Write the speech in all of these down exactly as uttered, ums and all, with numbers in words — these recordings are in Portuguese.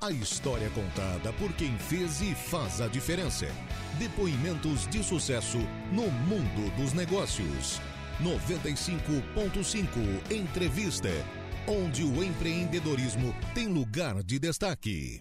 A história contada por quem fez e faz a diferença. Depoimentos de sucesso no mundo dos negócios. noventa e cinco ponto cinco Entrevista, onde o empreendedorismo tem lugar de destaque.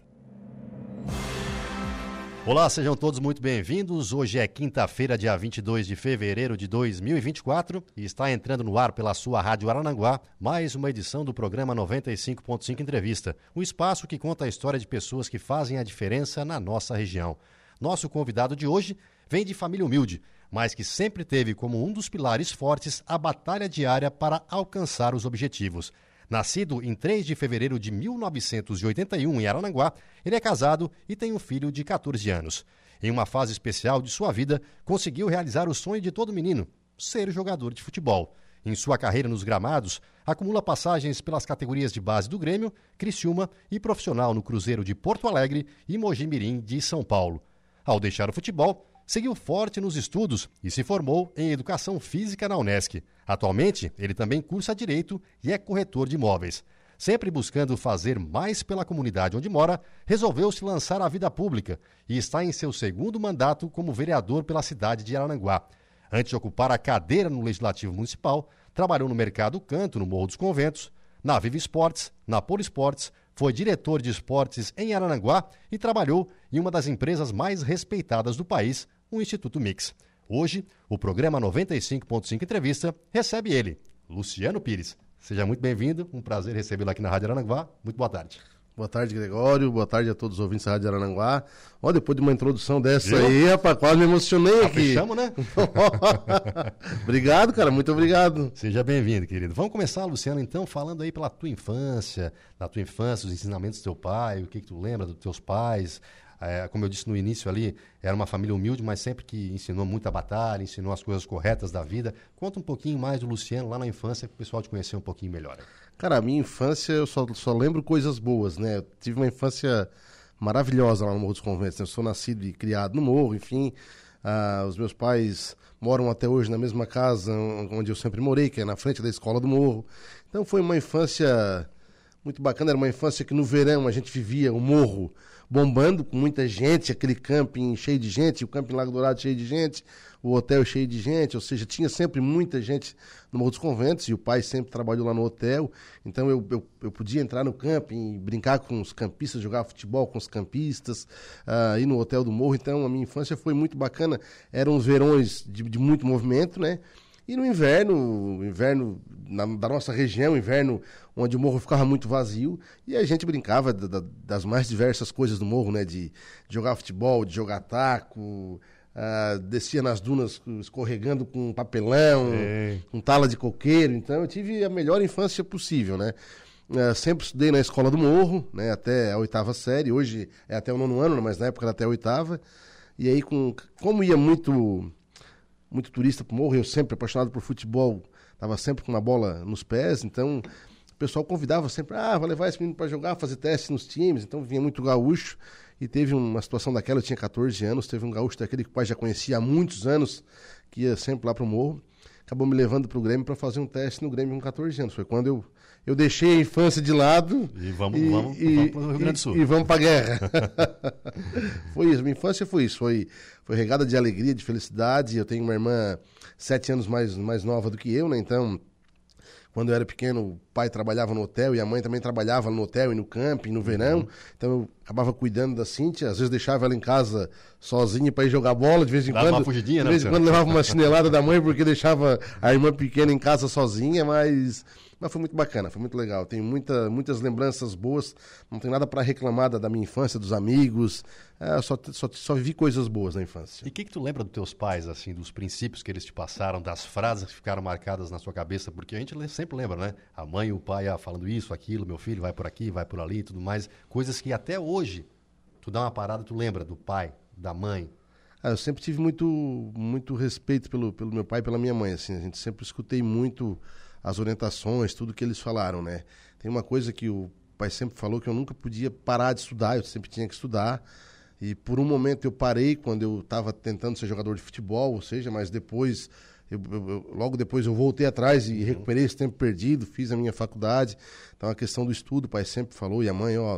Olá, sejam todos muito bem-vindos. Hoje é quinta-feira, dia vinte e dois de fevereiro de dois mil e vinte e quatro e está entrando no ar pela sua Rádio Araranguá mais uma edição do programa noventa e cinco ponto cinco Entrevista, um espaço que conta a história de pessoas que fazem a diferença na nossa região. Nosso convidado de hoje vem de família humilde, mas que sempre teve como um dos pilares fortes a batalha diária para alcançar os objetivos. Nascido em três de fevereiro de mil novecentos e oitenta e um em Araranguá, ele é casado e tem um filho de catorze anos. Em uma fase especial de sua vida, conseguiu realizar o sonho de todo menino, ser jogador de futebol. Em sua carreira nos gramados, acumula passagens pelas categorias de base do Grêmio, Criciúma e profissional no Cruzeiro de Porto Alegre e Mogi-mirim de São Paulo. Ao deixar o futebol, seguiu forte nos estudos e se formou em Educação Física na Unesc. Atualmente, ele também cursa Direito e é corretor de imóveis. Sempre buscando fazer mais pela comunidade onde mora, resolveu se lançar à vida pública e está em seu segundo mandato como vereador pela cidade de Araranguá. Antes de ocupar a cadeira no Legislativo Municipal, trabalhou no Mercado Canto, no Morro dos Conventos, na Viva Esportes, na Poliesportes, foi diretor de esportes em Araranguá e trabalhou em uma das empresas mais respeitadas do país, o Instituto Mix. Hoje, o programa noventa e cinco ponto cinco Entrevista recebe ele, Luciano Pires. Seja muito bem-vindo, um prazer recebê-lo aqui na Rádio Araranguá. Muito boa tarde. Boa tarde, Gregório. Boa tarde a todos os ouvintes da Rádio Araranguá. Ó, depois de uma introdução dessa Eu? aí, rapaz, quase me emocionei aqui. Fechamos, né? Obrigado, cara, muito obrigado. Seja bem-vindo, querido. Vamos começar, Luciano, então, falando aí pela tua infância, da tua infância, os ensinamentos do teu pai, o que que tu lembra dos teus pais. É, como eu disse no início ali, era uma família humilde, mas sempre que ensinou muita batalha, ensinou as coisas corretas da vida. Conta um pouquinho mais do Luciano lá na infância, para o pessoal te conhecer um pouquinho melhor. Cara, a minha infância, eu só, só lembro coisas boas, né? Eu tive uma infância maravilhosa lá no Morro dos Conventos. Eu sou nascido e criado no Morro, enfim. Ah, os meus pais moram até hoje na mesma casa onde eu sempre morei, que é na frente da escola do Morro. Então foi uma infância muito bacana. Era uma infância que no verão a gente vivia o Morro bombando, com muita gente, aquele camping cheio de gente, o camping Lago Dourado cheio de gente, o hotel cheio de gente, ou seja, tinha sempre muita gente no Morro dos Conventos, e o pai sempre trabalhou lá no hotel, então eu, eu, eu podia entrar no camping, brincar com os campistas, jogar futebol com os campistas, uh, ir no hotel do Morro. Então a minha infância foi muito bacana, eram os verões de, de muito movimento, né? E no inverno, inverno na, da nossa região, inverno onde o morro ficava muito vazio, e a gente brincava da, da, das mais diversas coisas do morro, né? De, de jogar futebol, de jogar taco, uh, descia nas dunas escorregando com papelão, é. com tala de coqueiro. Então eu tive a melhor infância possível, né? Uh, sempre estudei na escola do Morro, né? Até a oitava série, hoje é até o nono ano, mas na época era até a oitava. E aí, com, como ia muito... muito turista pro Morro, eu sempre apaixonado por futebol, estava sempre com uma bola nos pés, então o pessoal convidava sempre, ah, vou levar esse menino para jogar, fazer teste nos times, então vinha muito gaúcho, e teve uma situação daquela, eu tinha catorze anos, teve um gaúcho daquele que o pai já conhecia há muitos anos, que ia sempre lá pro Morro, acabou me levando pro Grêmio para fazer um teste no Grêmio com catorze anos, foi quando eu, eu deixei a infância de lado e vamos, e, vamos, e, vamos pro Rio Grande do Sul. E, e vamos pra guerra. Foi isso, minha infância foi isso, foi, foi regada de alegria, de felicidade. Eu tenho uma irmã sete anos mais, mais nova do que eu, né, então... Quando eu era pequeno, o pai trabalhava no hotel e a mãe também trabalhava no hotel e no camping, no verão. Uhum. Então eu acabava cuidando da Cíntia, às vezes deixava ela em casa sozinha para ir jogar bola, de vez em Dava quando. Uma fugidinha, de vez em quando levava uma chinelada da mãe porque deixava a irmã pequena em casa sozinha, mas, mas foi muito bacana, foi muito legal. Tenho muita, muitas lembranças boas, não tenho nada para reclamar da, da minha infância, dos amigos. É, só, só, só vivi coisas boas na infância. E o que que tu lembra dos teus pais, assim, dos princípios que eles te passaram, das frases que ficaram marcadas na sua cabeça? Porque a gente sempre lembra, né? A mãe e o pai ah, falando isso, aquilo, meu filho vai por aqui, vai por ali e tudo mais. Coisas que até hoje, tu dá uma parada, tu lembra do pai, da mãe. Ah, eu sempre tive muito, muito respeito pelo, pelo meu pai e pela minha mãe, assim. A gente sempre escutei muito as orientações, tudo que eles falaram, né? Tem uma coisa que o pai sempre falou, que eu nunca podia parar de estudar, eu sempre tinha que estudar. E por um momento eu parei quando eu estava tentando ser jogador de futebol, ou seja, mas depois, eu, eu, logo depois eu voltei atrás e recuperei esse tempo perdido, fiz a minha faculdade. Então a questão do estudo, o pai sempre falou, e a mãe, ó,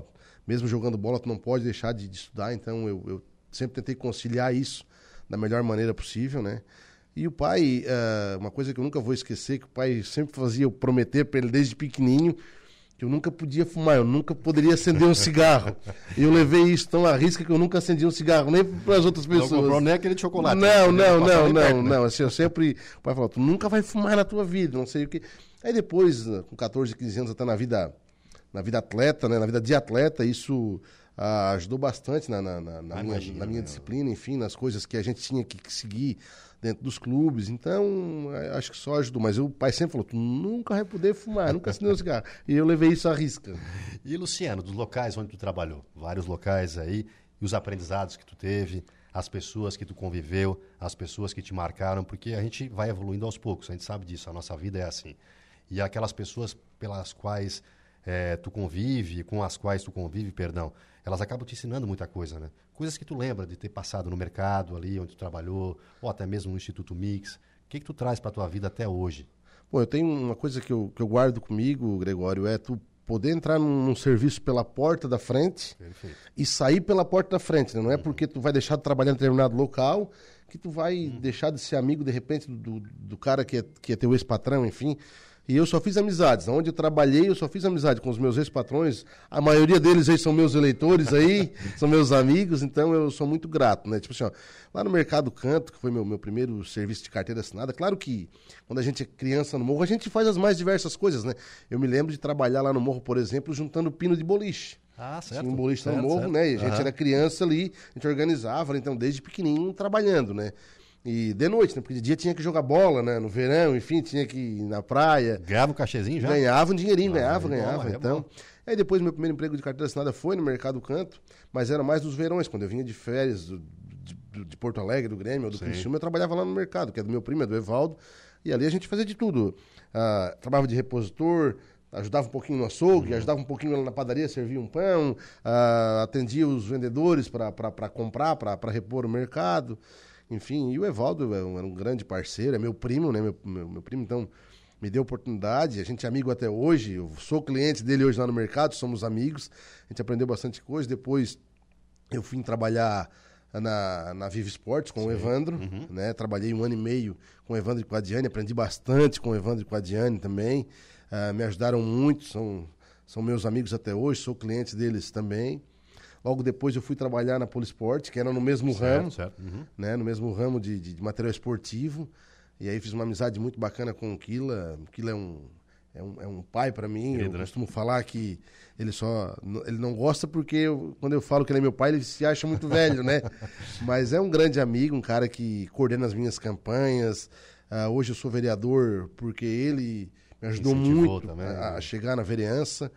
mesmo jogando bola, tu não pode deixar de, de estudar, então eu, eu sempre tentei conciliar isso da melhor maneira possível, né? E o pai, uh, uma coisa que eu nunca vou esquecer, que o pai sempre fazia eu prometer para ele desde pequenininho, que eu nunca podia fumar, eu nunca poderia acender um cigarro. E eu levei isso tão à risca que eu nunca acendi um cigarro, nem para as outras pessoas. Não comprou nem aquele de chocolate. Não, não, não, não, não. Assim, eu sempre, o pai falou, tu nunca vai fumar na tua vida, não sei o que. Aí depois, com catorze, quinze anos, até na vida, na vida atleta, né, na vida de atleta, isso ah, ajudou bastante na, na, na, na, ah, minha, imagina, na minha disciplina, enfim, nas coisas que a gente tinha que, que seguir dentro dos clubes, então acho que só ajudou, mas o pai sempre falou, tu nunca vai poder fumar, nunca acendeu um cigarro, e eu levei isso à risca. E Luciano, dos locais onde tu trabalhou, vários locais aí, e os aprendizados que tu teve, as pessoas que tu conviveu, as pessoas que te marcaram, porque a gente vai evoluindo aos poucos, a gente sabe disso, a nossa vida é assim, e aquelas pessoas pelas quais é, tu convive, com as quais tu convive, perdão, elas acabam te ensinando muita coisa, né? Coisas que tu lembra de ter passado no mercado ali onde tu trabalhou, ou até mesmo no Instituto Mix. O que que tu traz para a tua vida até hoje? Bom, eu tenho uma coisa que eu, que eu guardo comigo, Gregório, é tu poder entrar num, num serviço pela porta da frente. Perfeito. E sair pela porta da frente, né? Não é porque tu vai deixar de trabalhar em determinado local que tu vai uhum. deixar de ser amigo, de repente, do, do cara que é, que é teu ex-patrão, enfim. E eu só fiz amizades. Onde eu trabalhei, eu só fiz amizade com os meus ex-patrões. A maioria deles aí são meus eleitores aí, são meus amigos, então eu sou muito grato, né? Tipo assim, ó, lá no Mercado Canto, que foi meu, meu primeiro serviço de carteira assinada, claro que quando a gente é criança no morro, a gente faz as mais diversas coisas, né? Eu me lembro de trabalhar lá no morro, por exemplo, juntando pino de boliche. Ah, certo. Tinha um boliche certo, no morro, certo. né? E a gente uhum. era criança ali, a gente organizava, então desde pequenininho trabalhando, né? E de noite, né? Porque de dia tinha que jogar bola, né? No verão, enfim, tinha que ir na praia. Ganhava um cachezinho já? Ganhava um dinheirinho, ah, ganhava, é ganhava. Bom, é então. Bom. Aí depois meu primeiro emprego de carteira assinada foi no Mercado Canto, mas era mais nos verões, quando eu vinha de férias do, de, de Porto Alegre, do Grêmio, ou do Criciúma, eu trabalhava lá no mercado, que é do meu primo, é do Evaldo, e ali a gente fazia de tudo. Ah, trabalhava de repositor, ajudava um pouquinho no açougue, uhum. ajudava um pouquinho na padaria, servia um pão, ah, atendia os vendedores para comprar, para repor o mercado. Enfim, e o Evaldo era um, era um grande parceiro, é meu primo, né? Meu, meu, meu primo, então, me deu oportunidade. A gente é amigo até hoje. Eu sou cliente dele hoje lá no mercado, somos amigos. A gente aprendeu bastante coisa. Depois, eu fui trabalhar na, na Viva Esportes com Sim. o Evandro, uhum. né? Trabalhei um ano e meio com o Evandro e com a Diane. Aprendi bastante com o Evandro e com a Diane também. Uh, me ajudaram muito, são, são meus amigos até hoje, sou cliente deles também. Logo depois eu fui trabalhar na Polisport, que era no mesmo certo, ramo, certo. Uhum. Né, no mesmo ramo de, de, de material esportivo. E aí fiz uma amizade muito bacana com o Quila. O Quila é um, é um, é um pai para mim. Querido, eu né? costumo falar que ele só ele não gosta porque eu, quando eu falo que ele é meu pai, ele se acha muito velho, né? Mas é um grande amigo, um cara que coordena as minhas campanhas. Uh, hoje eu sou vereador porque ele me ajudou muito também, a, a chegar na vereança.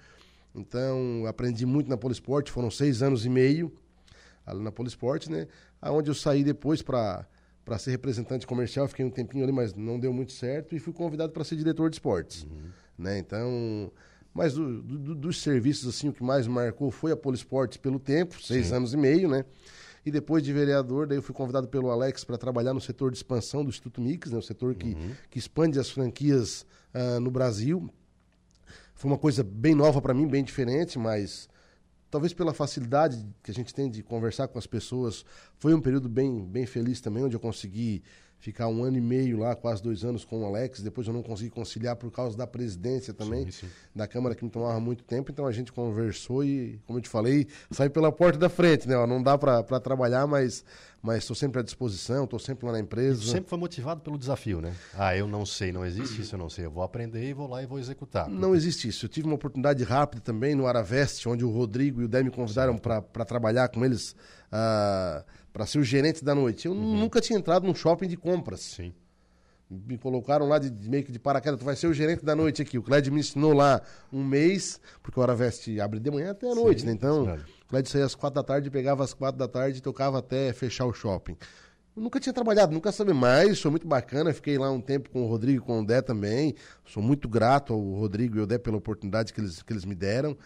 Então, aprendi muito na Polisport, foram seis anos e meio ali na Polisport, né? Aonde eu saí depois para para ser representante comercial, fiquei um tempinho ali, mas não deu muito certo, e fui convidado para ser diretor de esportes, uhum. né? Então, mas do, do, dos serviços, assim, o que mais me marcou foi a Polisport pelo tempo, seis Sim. anos e meio, né? E depois de vereador, daí eu fui convidado pelo Alex para trabalhar no setor de expansão do Instituto Mix, né? O setor que, uhum. que expande as franquias uh, no Brasil. Foi uma coisa bem nova para mim, bem diferente, mas talvez pela facilidade que a gente tem de conversar com as pessoas, foi um período bem, bem feliz também, onde eu consegui ficar um ano e meio lá, quase dois anos com o Alex. Depois eu não consegui conciliar por causa da presidência também, sim, sim. da Câmara, que me tomava muito tempo. Então a gente conversou e, como eu te falei, saí pela porta da frente, né? Não dá para trabalhar, mas mas estou sempre à disposição, estou sempre lá na empresa. Você sempre foi motivado pelo desafio, né? Ah, eu não sei, não existe isso, eu não sei. Eu vou aprender e vou lá e vou executar. Porque... Não existe isso. Eu tive uma oportunidade rápida também no Araveste, onde o Rodrigo e o Dé me convidaram para trabalhar com eles, uh, para ser o gerente da noite. Eu uhum. nunca tinha entrado num shopping de compras. Sim. Me colocaram lá de, de meio que de paraquedas, tu vai ser o gerente da noite aqui. O Clédio me ensinou lá um mês, porque o Araveste abre de manhã até a noite, Sim, né? Então, claro. O Clédio saía às quatro da tarde, pegava às quatro da tarde e tocava até fechar o shopping. Eu nunca tinha trabalhado, nunca sabia mais, foi muito bacana. Fiquei lá um tempo com o Rodrigo e com o Dé também. Sou muito grato ao Rodrigo e ao Dé pela oportunidade que eles, que eles me deram.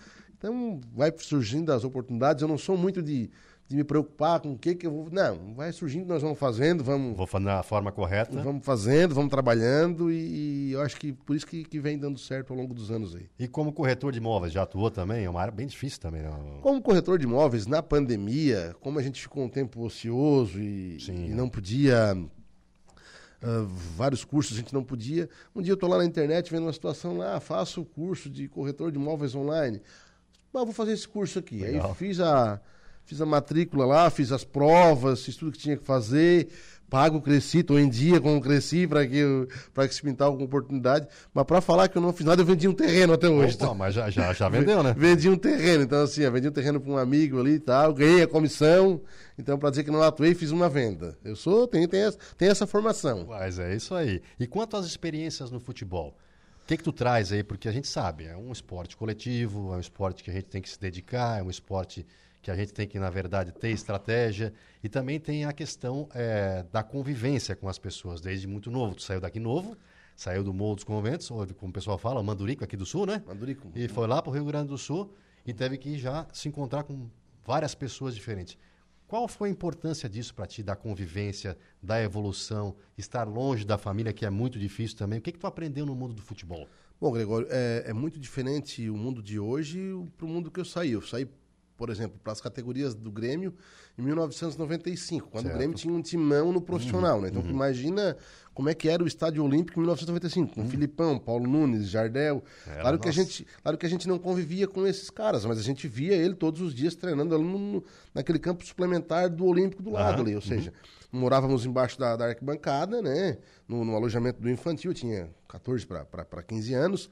Então, vai surgindo as oportunidades. Eu não sou muito de, de me preocupar com o que que eu vou... Não, vai surgindo, nós vamos fazendo, vamos... Vou fazer da forma correta. Vamos fazendo, vamos trabalhando e, e eu acho que por isso que, que vem dando certo ao longo dos anos aí. E como corretor de imóveis, já atuou também? É uma área bem difícil também, não? Como corretor de imóveis, na pandemia, como a gente ficou um tempo ocioso e, Sim, e é. não podia... Uh, vários cursos a gente não podia. Um dia eu estou lá na internet vendo uma situação lá, faço o curso de corretor de imóveis online. Ah, vou fazer esse curso aqui. Legal. Aí fiz a, fiz a matrícula lá, fiz as provas, fiz tudo que tinha que fazer, pago o Cresci, estou em dia com o Cresci para que, para que se pintar alguma oportunidade. Mas para falar que eu não fiz nada, eu vendi um terreno até hoje. Opa, então. mas já, já, já vendeu, né? Vendi um terreno, então assim, eu vendi um terreno para um amigo ali e tal, ganhei a comissão, então para dizer que não atuei, fiz uma venda. Eu sou, tenho, tenho, essa, tenho essa formação. Mas é isso aí. E quanto às experiências no futebol? O que que tu traz aí? Porque a gente sabe, é um esporte coletivo, é um esporte que a gente tem que se dedicar, é um esporte que a gente tem que, na verdade, ter estratégia e também tem a questão é, da convivência com as pessoas, desde muito novo. Tu saiu daqui novo, saiu do Morro dos Conventos, ou como o pessoal fala, Mandurico aqui do Sul, né? Mandurico. E foi lá para o Rio Grande do Sul e teve que já se encontrar com várias pessoas diferentes. Qual foi a importância disso para ti, da convivência, da evolução, estar longe da família, que é muito difícil também? O que que tu aprendeu no mundo do futebol? Bom, Gregório, é, é muito diferente o mundo de hoje para o mundo que eu saí. Eu saí, por exemplo, para as categorias do Grêmio em mil novecentos e noventa e cinco, quando Certo. o Grêmio tinha um timão no profissional, Uhum, né? Então, uhum. tu imagina como é que era o Estádio Olímpico em mil novecentos e noventa e cinco, com Uhum. Filipão, Paulo Nunes, Jardel. Era, Claro que, a nossa. gente, claro que a gente não convivia com esses caras, mas a gente via ele todos os dias treinando ali no, no- naquele campo suplementar do Olímpico do lado Aham, ali. Ou seja, morávamos embaixo da, da arquibancada, né? No, no alojamento do infantil, eu tinha catorze para quinze anos.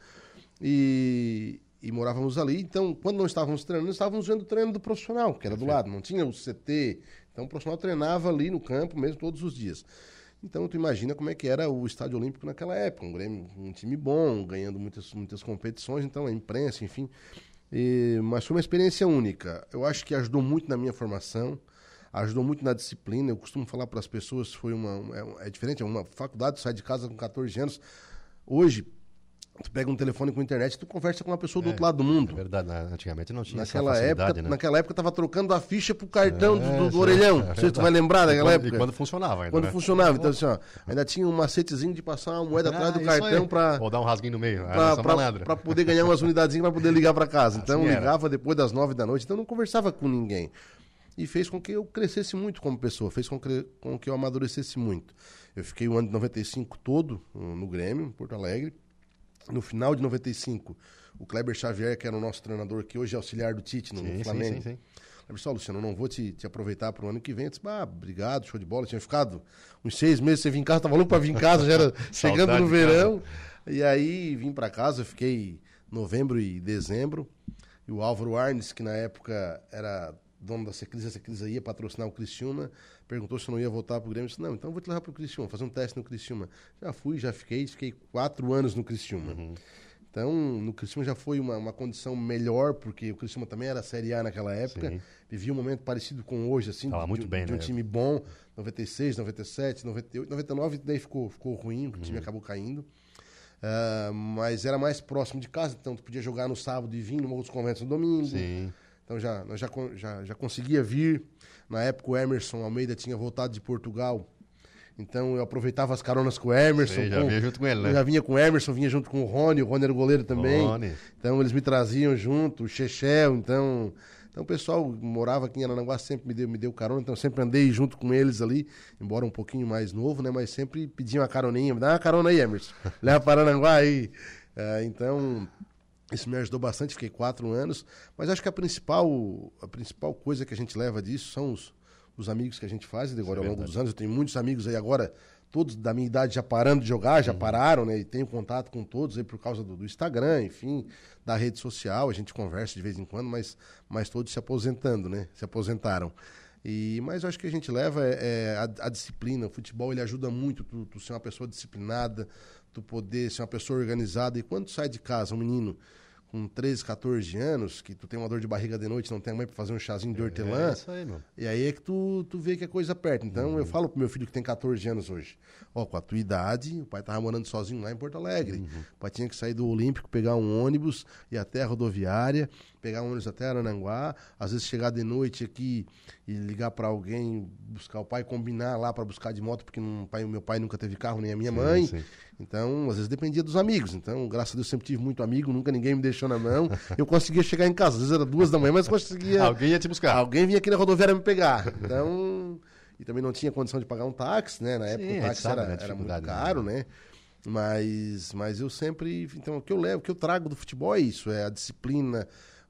E, e morávamos ali. Então, quando não estávamos treinando, estávamos vendo o treino do profissional, que era do lado. Não tinha o C T. Então, o profissional treinava ali no campo mesmo todos os dias. Então, tu imagina como é que era o Estádio Olímpico naquela época. Um Grêmio, um time bom, ganhando muitas, muitas competições. Então, a imprensa, enfim. E, mas foi uma experiência única. Eu acho que ajudou muito na minha formação. Ajudou muito na disciplina. Eu costumo falar para as pessoas, foi uma, é, é diferente. É uma faculdade, tu sai de casa com catorze anos. Hoje, tu pega um telefone com internet e tu conversa com uma pessoa do É, outro lado do mundo. É verdade, né? Antigamente não tinha Naquela essa facilidade, época, né? naquela época tava trocando a ficha pro cartão do, do- do É, orelhão. é Não sei se tu verdade. vai lembrar E daquela quando- época. E quando funcionava ainda, Quando né? funcionava. Então, assim, ó, ainda tinha um macetezinho de passar uma moeda atrás Ah, do isso cartão aí. pra, Ou dar um rasguinho no meio. pra, Pra, pra, pra poder ganhar umas unidadezinhas pra poder ligar pra casa. Então, Assim era. ligava depois das nove da noite. Então, não conversava com ninguém. E fez com que eu crescesse muito como pessoa. Fez com que, com que eu amadurecesse muito. Eu fiquei o ano de noventa e cinco todo uh, no Grêmio, em Porto Alegre. No final de noventa e cinco, o Kleber Xavier, que era o nosso treinador, que hoje é auxiliar do Tite no Sim, Flamengo. sim, sim, sim. Kleber disse, ó, Luciano, eu não vou te, te aproveitar para o ano que vem. Eu disse, ah, obrigado, show de bola. Eu tinha ficado uns seis meses sem vir em casa, tava louco para vir em casa, já era chegando Saudade no de verão. E aí vim para casa, eu fiquei novembro e dezembro. E o Álvaro Arnes, que na época era dono da Seclisa, a Seclisa ia patrocinar o Criciúma, perguntou se eu não ia voltar pro Grêmio. Eu disse, não, então eu vou te levar pro Criciúma, fazer um teste no Criciúma. Já fui, já fiquei, fiquei quatro anos no Criciúma. Uhum. Então, no Criciúma já foi uma, uma condição melhor, porque o Criciúma também era Série A naquela época. Sim. Vivia um momento parecido com hoje, assim, Tava de, muito de, bem, de um né? time bom. noventa e seis, noventa e sete, noventa e oito, noventa e nove, daí ficou, ficou ruim, o Uhum. time acabou caindo. Ah, mas era mais próximo de casa, então tu podia jogar no sábado e vir no Morro dos Conventos no domingo. Sim. Então já, nós já, con- já, já conseguia vir. Na época o Emerson Almeida tinha voltado de Portugal. Então eu aproveitava as caronas com o Emerson. Sei, já com- vinha junto com ele, né? Eu já vinha com o Emerson, vinha junto com o Rony. O Rony era o goleiro também. Rony. Então eles me traziam junto, o Chechel. Então, então o pessoal morava aqui em Aranaguá, sempre me deu, me deu carona. Então eu sempre andei junto com eles ali, embora um pouquinho mais novo, né? Mas sempre pediam uma caroninha. Me dá uma carona aí, Emerson. Leva para Aranaguá aí. Ah, então... Isso me ajudou bastante, fiquei quatro anos. Mas acho que a principal, a principal coisa que a gente leva disso são os, os amigos que a gente faz agora ao é longo verdade. dos anos. Eu tenho muitos amigos aí agora, todos da minha idade já parando de jogar, já Uhum. pararam, né? E tenho contato com todos aí por causa do, do Instagram, enfim, da rede social. A gente conversa de vez em quando, mas, mas todos se aposentando, né? Se aposentaram. E, mas eu acho que a gente leva é, é a, a disciplina. O futebol ele ajuda muito tu, tu ser uma pessoa disciplinada, tu poder ser uma pessoa organizada. E quando tu sai de casa, um menino com treze, quatorze anos, que tu tem uma dor de barriga de noite, não tem mãe pra fazer um chazinho de hortelã. É isso aí, meu. E aí é que tu, tu vê que a coisa aperta. Então uhum. eu falo pro meu filho que tem quatorze anos hoje, ó, com a tua idade, o pai tava morando sozinho lá em Porto Alegre. Uhum. O pai tinha que sair do Olímpico, pegar um ônibus, ir até a rodoviária, pegar um ônibus até Arananguá, às vezes chegar de noite aqui e ligar pra alguém, buscar o pai, combinar lá pra buscar de moto, porque o pai, meu pai nunca teve carro, nem a minha sim, mãe. Sim. Então, às vezes dependia dos amigos. Então, graças a Deus, sempre tive muito amigo, nunca ninguém me deixou na mão. Eu conseguia chegar em casa, às vezes era duas da manhã, mas conseguia... Alguém ia te buscar. Alguém vinha aqui na rodoviária me pegar. Então, e também não tinha condição de pagar um táxi, né? Na época sim, o táxi sabe, era, né? era muito caro, né? Mas, mas eu sempre... Então, o que eu levo, o que eu trago do futebol é isso, é a disciplina,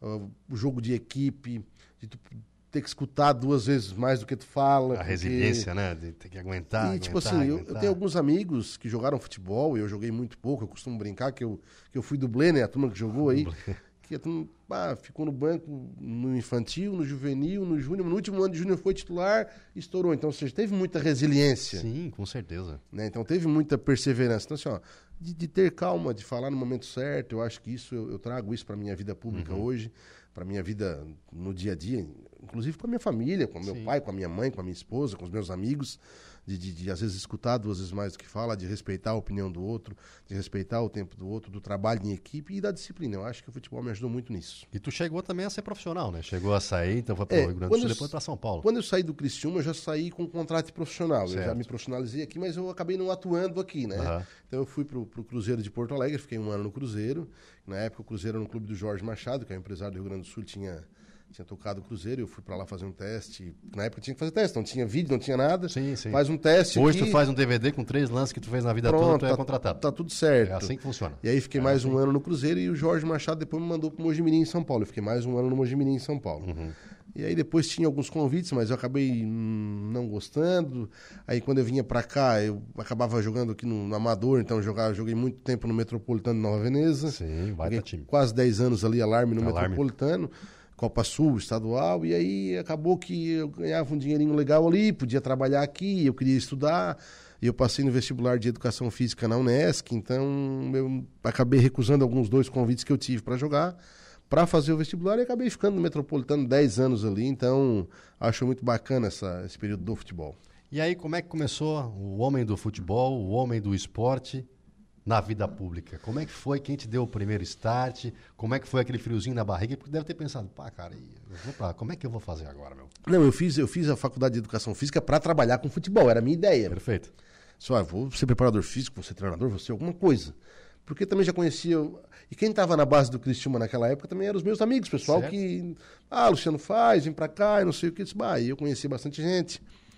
o jogo de equipe, de tu ter que escutar duas vezes mais do que tu fala. A porque... resiliência, né? De ter que aguentar, E, aguentar, tipo assim, eu, eu tenho alguns amigos que jogaram futebol, e eu joguei muito pouco, eu costumo brincar que eu, que eu fui dublê, né? A turma que jogou aí, que a turma ah, ficou no banco no infantil, no juvenil, no júnior, no último ano de júnior foi titular e estourou. Então, ou seja, teve muita resiliência. Sim, com certeza. Né? Então, teve muita perseverança. Então, assim, ó, de, de ter calma, de falar no momento certo, eu acho que isso, eu, eu trago isso para minha vida pública uhum. hoje, para minha vida no dia a dia, inclusive com a minha família, com meu Sim. pai, com a minha mãe, com a minha esposa, com os meus amigos, de, de, de às vezes escutar duas vezes mais do que fala, de respeitar a opinião do outro, de respeitar o tempo do outro, do trabalho em equipe e da disciplina. Eu acho que o futebol me ajudou muito nisso. E tu chegou também a ser profissional, né? Chegou a sair, então foi para o é, Rio Grande do Sul, depois para São Paulo. Quando eu saí do Criciúma, eu já saí com um contrato profissional. Certo. Eu já me profissionalizei aqui, mas eu acabei não atuando aqui, né? Uhum. Então eu fui para o Cruzeiro de Porto Alegre, fiquei um ano no Cruzeiro. Na época o Cruzeiro era no clube do Jorge Machado, que é um empresário do Rio Grande do Sul, tinha... Tinha tocado o Cruzeiro, eu fui pra lá fazer um teste. Na época tinha que fazer teste, não tinha vídeo, não tinha nada. Sim, sim. Faz um teste Hoje aqui. Tu faz um D V D com três lances que tu fez na vida Pronto, toda, tu é tá, contratado. Tá tudo certo. É assim que funciona. E aí fiquei é mais assim. um ano no Cruzeiro e o Jorge Machado depois me mandou pro Mojimirim em São Paulo. Eu fiquei mais um ano no Mojimirim em São Paulo. Uhum. E aí depois tinha alguns convites, mas eu acabei hum, não gostando. Aí quando eu vinha pra cá, eu acabava jogando aqui no, no Amador, então eu jogava, joguei muito tempo no Metropolitano de Nova Veneza. Sim, vai pra time. Quase dez anos ali, alarme no alarme. Metropolitano. Copa Sul, estadual, e aí acabou que eu ganhava um dinheirinho legal ali, podia trabalhar aqui, eu queria estudar, e eu passei no vestibular de Educação Física na Unesc, então eu acabei recusando alguns dois convites que eu tive para jogar, para fazer o vestibular, e acabei ficando no Metropolitano dez anos ali, então acho muito bacana essa, esse período do futebol. E aí, como é que começou o homem do futebol, o homem do esporte na vida pública? Como é que foi? Quem te deu o primeiro start? Como é que foi aquele friozinho na barriga? Porque deve ter pensado, pá, cara, eu vou pra... como é que eu vou fazer agora, meu? Não, eu fiz, eu fiz a faculdade de Educação Física para trabalhar com futebol, era a minha ideia. Perfeito. Só, eu vou ser preparador físico, vou ser treinador, vou ser alguma coisa. Porque também já conhecia... E quem estava na base do Criciúma naquela época também eram os meus amigos, pessoal certo. que... Ah, Luciano faz, vem pra cá e não sei o que. Bah, e eu conhecia bastante gente.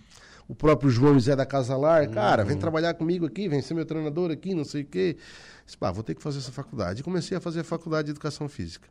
O próprio João Zé da Casalar, cara, vem trabalhar comigo aqui, vem ser meu treinador aqui, não sei o quê. Disse, pá, vou ter que fazer essa faculdade. E comecei a fazer a faculdade de Educação Física.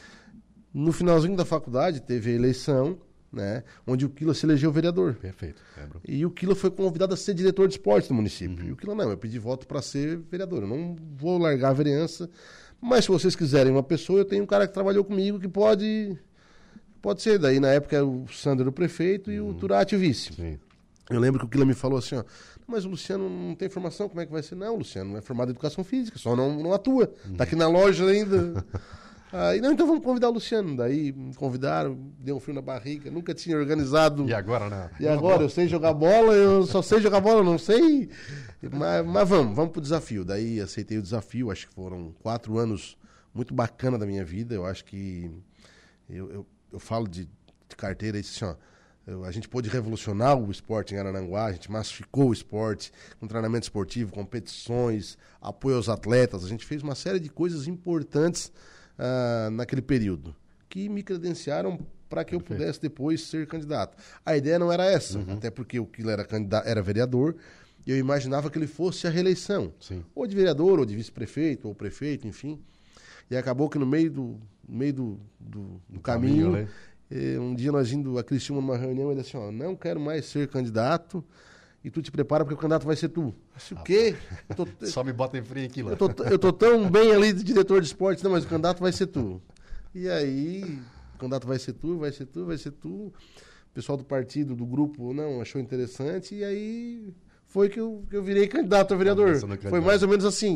No finalzinho da faculdade, teve a eleição, né, onde o Quila se elegeu vereador. Perfeito, lembro. E o Quila foi convidado a ser diretor de esportes do município. Uhum. E o Quila, não, eu pedi voto para ser vereador. Eu não vou largar a vereança, mas se vocês quiserem uma pessoa, eu tenho um cara que trabalhou comigo que pode, pode ser. Daí, na época, era o Sandro o prefeito e uhum. o Turati o vice. Sim. Eu lembro que o Quila me falou assim, ó, mas o Luciano não tem formação, como é que vai ser? Não, o Luciano é formado em Educação Física, só não, não atua, tá aqui na loja ainda. Aí, não, então vamos convidar o Luciano. Daí me convidaram, deu um frio na barriga, nunca tinha organizado. E agora, né? E agora, eu sei jogar bola, eu só sei jogar bola, não sei. Mas, mas vamos, vamos pro desafio. Daí aceitei o desafio, acho que foram quatro anos muito bacana da minha vida. Eu acho que, eu, eu, eu falo de, de carteira, assim, ó, a gente pôde revolucionar o esporte em Arananguá, a gente massificou o esporte com treinamento esportivo, competições, apoio aos atletas. A gente fez uma série de coisas importantes uh, naquele período, que me credenciaram para que eu Perfeito. pudesse depois ser candidato. A ideia não era essa, uhum. até porque o Quila era, candidato, era vereador, e eu imaginava que ele fosse a reeleição, Sim. ou de vereador, ou de vice-prefeito, ou prefeito, enfim. E acabou que no meio do, no meio do, do, do caminho... caminho Um dia nós indo a Criciúma numa reunião, ele disse, ó, não quero mais ser candidato e tu te prepara porque o candidato vai ser tu. Eu disse, o quê? Eu tô, Só me bota em frio aqui lá. Eu tô, eu tô tão bem ali de diretor de esporte, não, mas o candidato vai ser tu. E aí, o candidato vai ser tu, vai ser tu, vai ser tu. O pessoal do partido, do grupo, não, achou interessante e aí foi que eu, que eu virei candidato a vereador. Foi mais ou menos assim.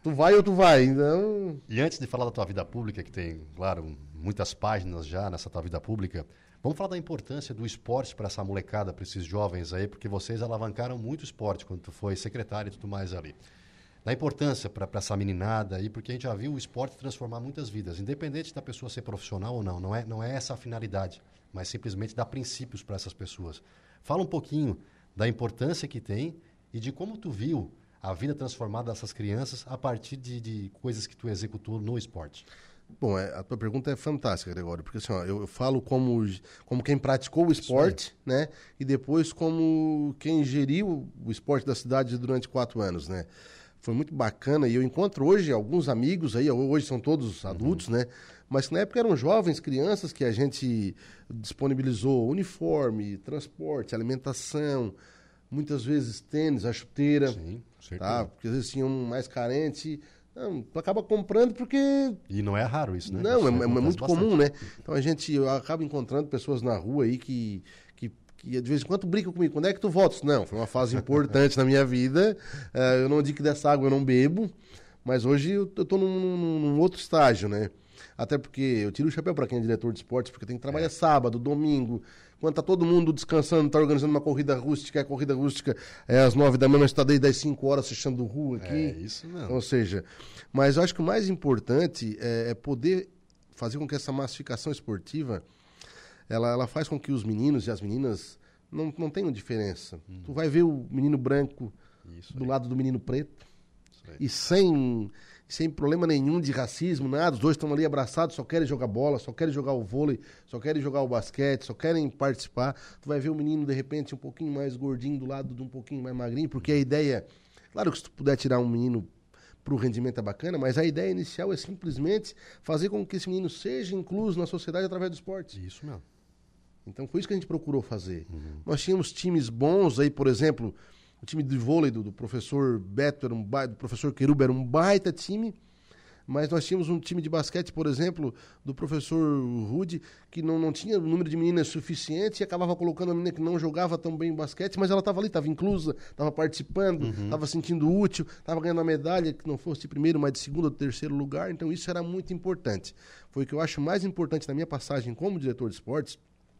tu vai ou tu vai, então... E antes de falar da tua vida pública, que tem, claro, muitas páginas já nessa tua vida pública, vamos falar da importância do esporte para essa molecada, para esses jovens aí, porque vocês alavancaram muito o esporte quando tu foi secretário e tudo mais ali. Da importância para essa meninada aí, porque a gente já viu o esporte transformar muitas vidas, independente da pessoa ser profissional ou não, não é, não é essa a finalidade, mas simplesmente dar princípios para essas pessoas. Fala um pouquinho da importância que tem e de como tu viu a vida transformada dessas crianças a partir de, de coisas que tu executou no esporte. Bom, é, a tua pergunta é fantástica, Gregório, porque assim, ó, eu, eu falo como, como quem praticou o esporte, né? E depois como quem geriu o esporte da cidade durante quatro anos, né? Foi muito bacana e eu encontro hoje alguns amigos aí, hoje são todos adultos, uhum. né? Mas na época eram jovens, crianças que a gente disponibilizou uniforme, transporte, alimentação, muitas vezes tênis, a chuteira. Sim, certeza. Tá? Porque às vezes tinham um mais carente. Não, tu acaba comprando porque... E não é raro isso, né? Não, isso é, é muito bastante. comum, né? Então a gente acaba encontrando pessoas na rua aí que, que, que de vez em quando brincam comigo. Quando é que tu voltas? Não, foi uma fase importante na minha vida. Uh, eu não digo que dessa água eu não bebo, mas hoje eu, eu tô num, num, num outro estágio, né? Até porque eu tiro o chapéu para quem é diretor de esportes, porque tem que trabalhar é. sábado, domingo, quando tá todo mundo descansando, tá organizando uma corrida rústica, a corrida rústica é às nove da manhã, nós está desde as cinco horas fechando rua aqui. É, isso não. Ou seja, mas eu acho que o mais importante é, é poder fazer com que essa massificação esportiva, ela, ela faz com que os meninos e as meninas não, não tenham diferença. Hum. Tu vai ver o menino branco isso do aí. lado do menino preto e sem... sem problema nenhum de racismo, nada, os dois estão ali abraçados, só querem jogar bola, só querem jogar o vôlei, só querem jogar o basquete, só querem participar. Tu vai ver o menino, de repente, um pouquinho mais gordinho do lado de um pouquinho mais magrinho, porque a ideia... Claro que se tu puder tirar um menino pro rendimento é bacana, mas a ideia inicial é simplesmente fazer com que esse menino seja incluso na sociedade através do esporte. Isso mesmo. Então foi isso que a gente procurou fazer. Uhum. Nós tínhamos times bons aí, por exemplo... O time de vôlei do, do professor Beto, era um baita, do professor Queruba, era um baita time, mas nós tínhamos um time de basquete, por exemplo, do professor Rude, que não, não tinha o número de meninas suficiente e acabava colocando a menina que não jogava tão bem basquete, mas ela estava ali, estava inclusa, estava participando, estava uhum. sentindo útil, estava ganhando a medalha, que não fosse de primeiro, mas de segundo ou terceiro lugar, então isso era muito importante. Foi o que eu acho mais importante na minha passagem como diretor de esportes,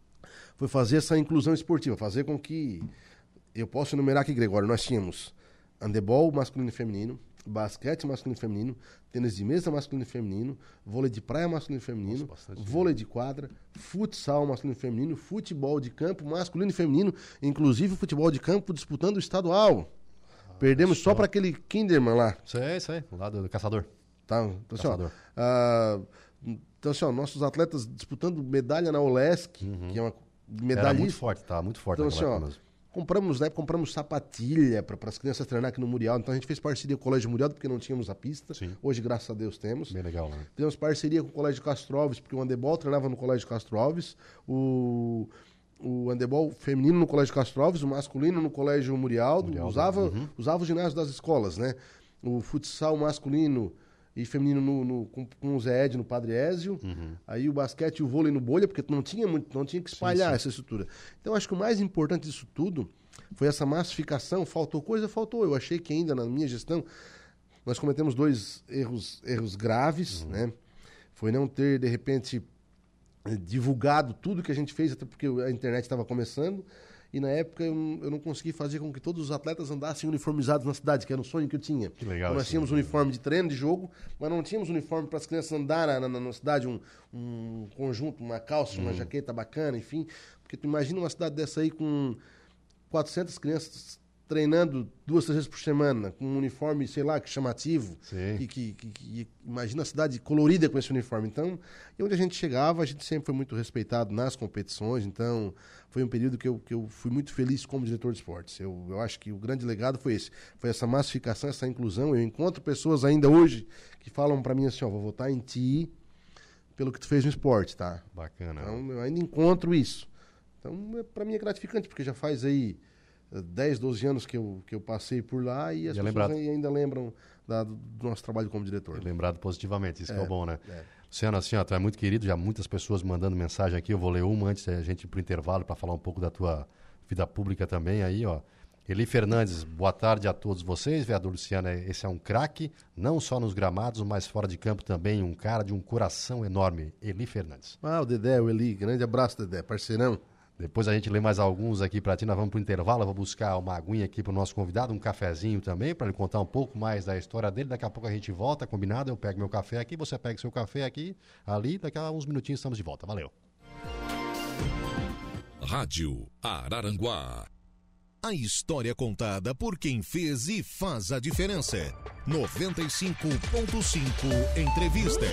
foi fazer essa inclusão esportiva, fazer com que... Eu posso enumerar aqui, Gregório, nós tínhamos handebol masculino e feminino, basquete masculino e feminino, tênis de mesa masculino e feminino, vôlei de praia masculino e feminino, Nossa, vôlei de quadra, futsal masculino e feminino, futebol de campo masculino e feminino, inclusive o futebol de campo disputando o estadual. Ah, Perdemos só para aquele Kinderman lá. Isso aí, isso aí, lá do, do caçador. Tá, então, caçador. Assim, ó, uh, então, assim, ó, nossos atletas disputando medalha na Olesc, uhum. que é uma medalhista. Era muito forte, tá muito forte. Então, assim, ó, Compramos, né, compramos sapatilha para as crianças treinar aqui no Murialdo. Então a gente fez parceria com o Colégio Murialdo, porque não tínhamos a pista. Sim. Hoje, graças a Deus, temos. Bem legal, né? Fizemos parceria com o Colégio Castro Alves, porque o handebol treinava no Colégio Castro Alves. O, o handebol feminino no Colégio Castro Alves, o masculino no Colégio Murialdo. Murialdo. Usava, uhum. usava o ginásio das escolas, né? O futsal masculino e feminino no, no, com, com o Zé Ed no Padre Ézio, uhum. aí o basquete e o vôlei no Bolha, porque não tinha, muito, não tinha que espalhar sim, sim. essa estrutura. Então, acho que o mais importante disso tudo foi essa massificação. Faltou coisa? Faltou. Eu achei que ainda na minha gestão nós cometemos dois erros, erros graves, uhum. né? Foi não ter, de repente, divulgado tudo que a gente fez, até porque a internet estava começando, e na época eu, eu não consegui fazer com que todos os atletas andassem uniformizados na cidade, que era um sonho que eu tinha. Que legal. Então, nós tínhamos um uniforme de treino, de jogo, mas não tínhamos uniforme para as crianças andarem na, na, na cidade, um, um conjunto, uma calça, uma hum. jaqueta bacana, enfim. Porque tu imagina uma cidade dessa aí com quatrocentas crianças treinando duas, três vezes por semana, com um uniforme, sei lá, que chamativo. Que, que, que, que imagina a cidade colorida com esse uniforme. Então, e onde a gente chegava, a gente sempre foi muito respeitado nas competições. Então, foi um período que eu, que eu fui muito feliz como diretor de esportes. Eu, eu acho que o grande legado foi esse. Foi essa massificação, essa inclusão. Eu encontro pessoas ainda hoje que falam para mim assim, ó, vou votar em ti pelo que tu fez no esporte, tá? Bacana. Então, eu ainda encontro isso. Então, para mim é gratificante, porque já faz aí dez, doze anos que eu, que eu passei por lá e as e pessoas lembrado... ainda lembram da, do nosso trabalho como diretor. É lembrado positivamente, isso é, que é o bom, né? É. Luciano, assim, ó, tu é muito querido, já muitas pessoas mandando mensagem aqui, eu vou ler uma antes da gente ir pro intervalo para falar um pouco da tua vida pública também aí, ó. Eli Fernandes, boa tarde a todos vocês. Vereador Luciano, esse é um craque, não só nos gramados, mas fora de campo também, um cara de um coração enorme. Eli Fernandes. Ah, o Dedé, o Eli, grande abraço, Dedé, parceirão. Depois a gente lê mais alguns aqui para ti, nós vamos para o intervalo, eu vou buscar uma aguinha aqui para o nosso convidado, um cafezinho também, para ele contar um pouco mais da história dele. Daqui a pouco a gente volta, combinado? Eu pego meu café aqui, você pega seu café aqui, ali, daqui a uns minutinhos estamos de volta. Valeu. Rádio Araranguá. A história contada por quem fez e faz a diferença. noventa e cinco ponto cinco Entrevista.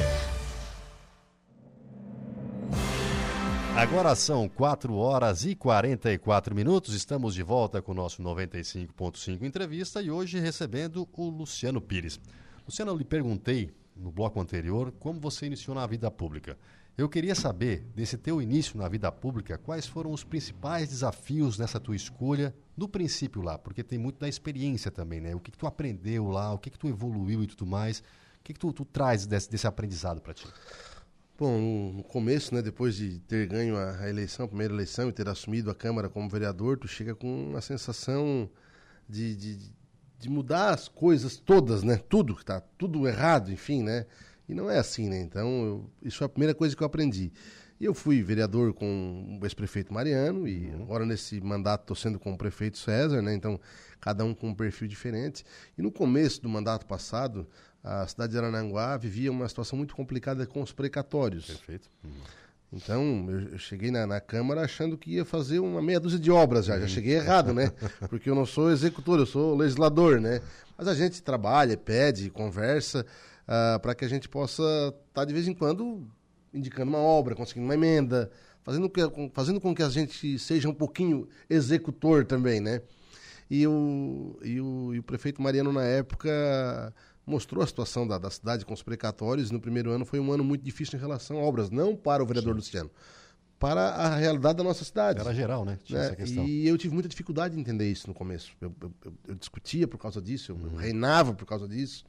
Agora são quatro horas e quarenta e quatro minutos. Estamos de volta com o nosso noventa e cinco ponto cinco Entrevista e hoje recebendo o Luciano Pires. Luciano, eu lhe perguntei no bloco anterior como você iniciou na vida pública. Eu queria saber, desse teu início na vida pública, quais foram os principais desafios nessa tua escolha, no princípio lá, porque tem muito da experiência também, né? O que, que tu aprendeu lá, o que, que tu evoluiu e tudo mais, o que, que tu, tu traz desse, desse aprendizado para ti? Bom, no começo, né, depois de ter ganho a, a eleição, a primeira eleição e ter assumido a Câmara como vereador, tu chega com uma sensação de, de, de mudar as coisas todas, né? Tudo, tá tudo errado, enfim, né? E não é assim, né? Então, eu, isso foi a primeira coisa que eu aprendi. E eu fui vereador com o ex-prefeito Mariano e uhum. agora nesse mandato estou sendo com o prefeito César, né? Então, cada um com um perfil diferente. E no começo do mandato passado, a cidade de Araranguá vivia uma situação muito complicada com os precatórios. Perfeito. Uhum. Então, eu, eu cheguei na, na Câmara achando que ia fazer uma meia dúzia de obras já. Uhum. Já cheguei errado, né? Porque eu não sou executor, eu sou legislador, né? Mas a gente trabalha, pede, conversa... Uh, para que a gente possa estar tá, de vez em quando indicando uma obra, conseguindo uma emenda, fazendo, que, fazendo com que a gente seja um pouquinho executor também, né? E o, e o, e o prefeito Mariano, na época, mostrou a situação da, da cidade com os precatórios. No primeiro ano foi um ano muito difícil em relação a obras, não para o vereador Sim. Luciano, para a realidade da nossa cidade. Era geral, né? Tinha né? essa questão. E eu tive muita dificuldade de entender isso no começo. Eu, eu, eu, eu discutia por causa disso, eu, uhum. eu reinava por causa disso.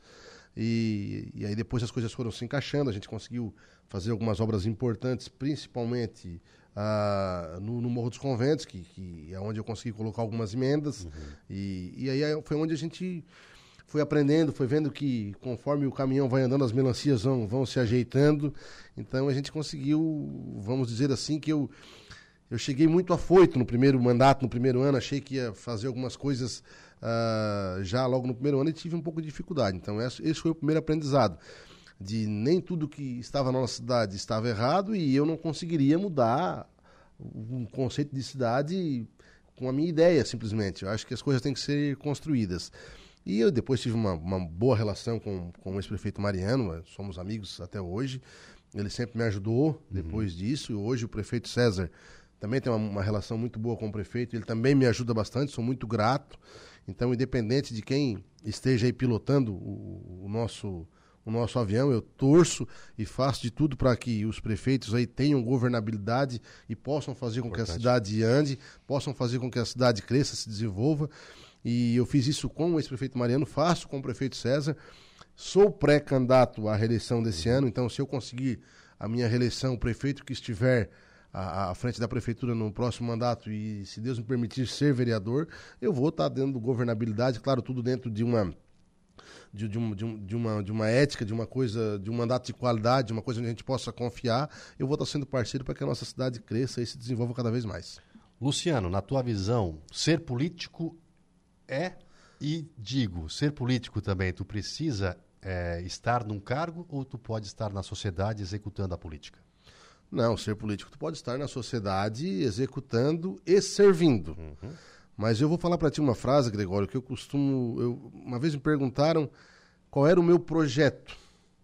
E, e aí depois as coisas foram se encaixando, a gente conseguiu fazer algumas obras importantes, principalmente uh, no, no Morro dos Conventos, que, que é onde eu consegui colocar algumas emendas. Uhum. E, e aí foi onde a gente foi aprendendo, foi vendo que conforme o caminhão vai andando, as melancias vão, vão se ajeitando. Então a gente conseguiu, vamos dizer assim, que eu... Eu cheguei muito afoito no primeiro mandato, no primeiro ano, achei que ia fazer algumas coisas uh, já logo no primeiro ano e tive um pouco de dificuldade. Então esse, esse foi o primeiro aprendizado, de nem tudo que estava na nossa cidade estava errado e eu não conseguiria mudar um conceito de cidade com a minha ideia, simplesmente. Eu acho que as coisas têm que ser construídas. E eu depois tive uma, uma boa relação com, com o ex-prefeito Mariano, somos amigos até hoje. Ele sempre me ajudou depois uhum. disso e hoje o prefeito César também tem uma, uma relação muito boa com o prefeito, ele também me ajuda bastante, sou muito grato. Então, independente de quem esteja aí pilotando o, o, nosso, o nosso avião, eu torço e faço de tudo para que os prefeitos aí tenham governabilidade e possam fazer com Importante. que a cidade ande, possam fazer com que a cidade cresça, se desenvolva. E eu fiz isso com o ex-prefeito Mariano, faço com o prefeito César. Sou pré-candidato à reeleição desse uhum. ano, então se eu conseguir a minha reeleição, o prefeito que estiver à, à frente da prefeitura no próximo mandato e, se Deus me permitir, ser vereador, eu vou estar dando governabilidade, claro, tudo dentro de uma, de, de, um, de, um, de, uma, de uma ética, de uma coisa, de um mandato de qualidade, de uma coisa onde a gente possa confiar. Eu vou estar sendo parceiro para que a nossa cidade cresça e se desenvolva cada vez mais. Luciano, na tua visão, ser político é... E digo, ser político também, tu precisa é, estar num cargo ou tu pode estar na sociedade executando a política? Não, ser político tu pode estar na sociedade executando e servindo. Uhum. Mas eu vou falar para ti uma frase, Gregório, que eu costumo... Eu, uma vez me perguntaram qual era o meu projeto.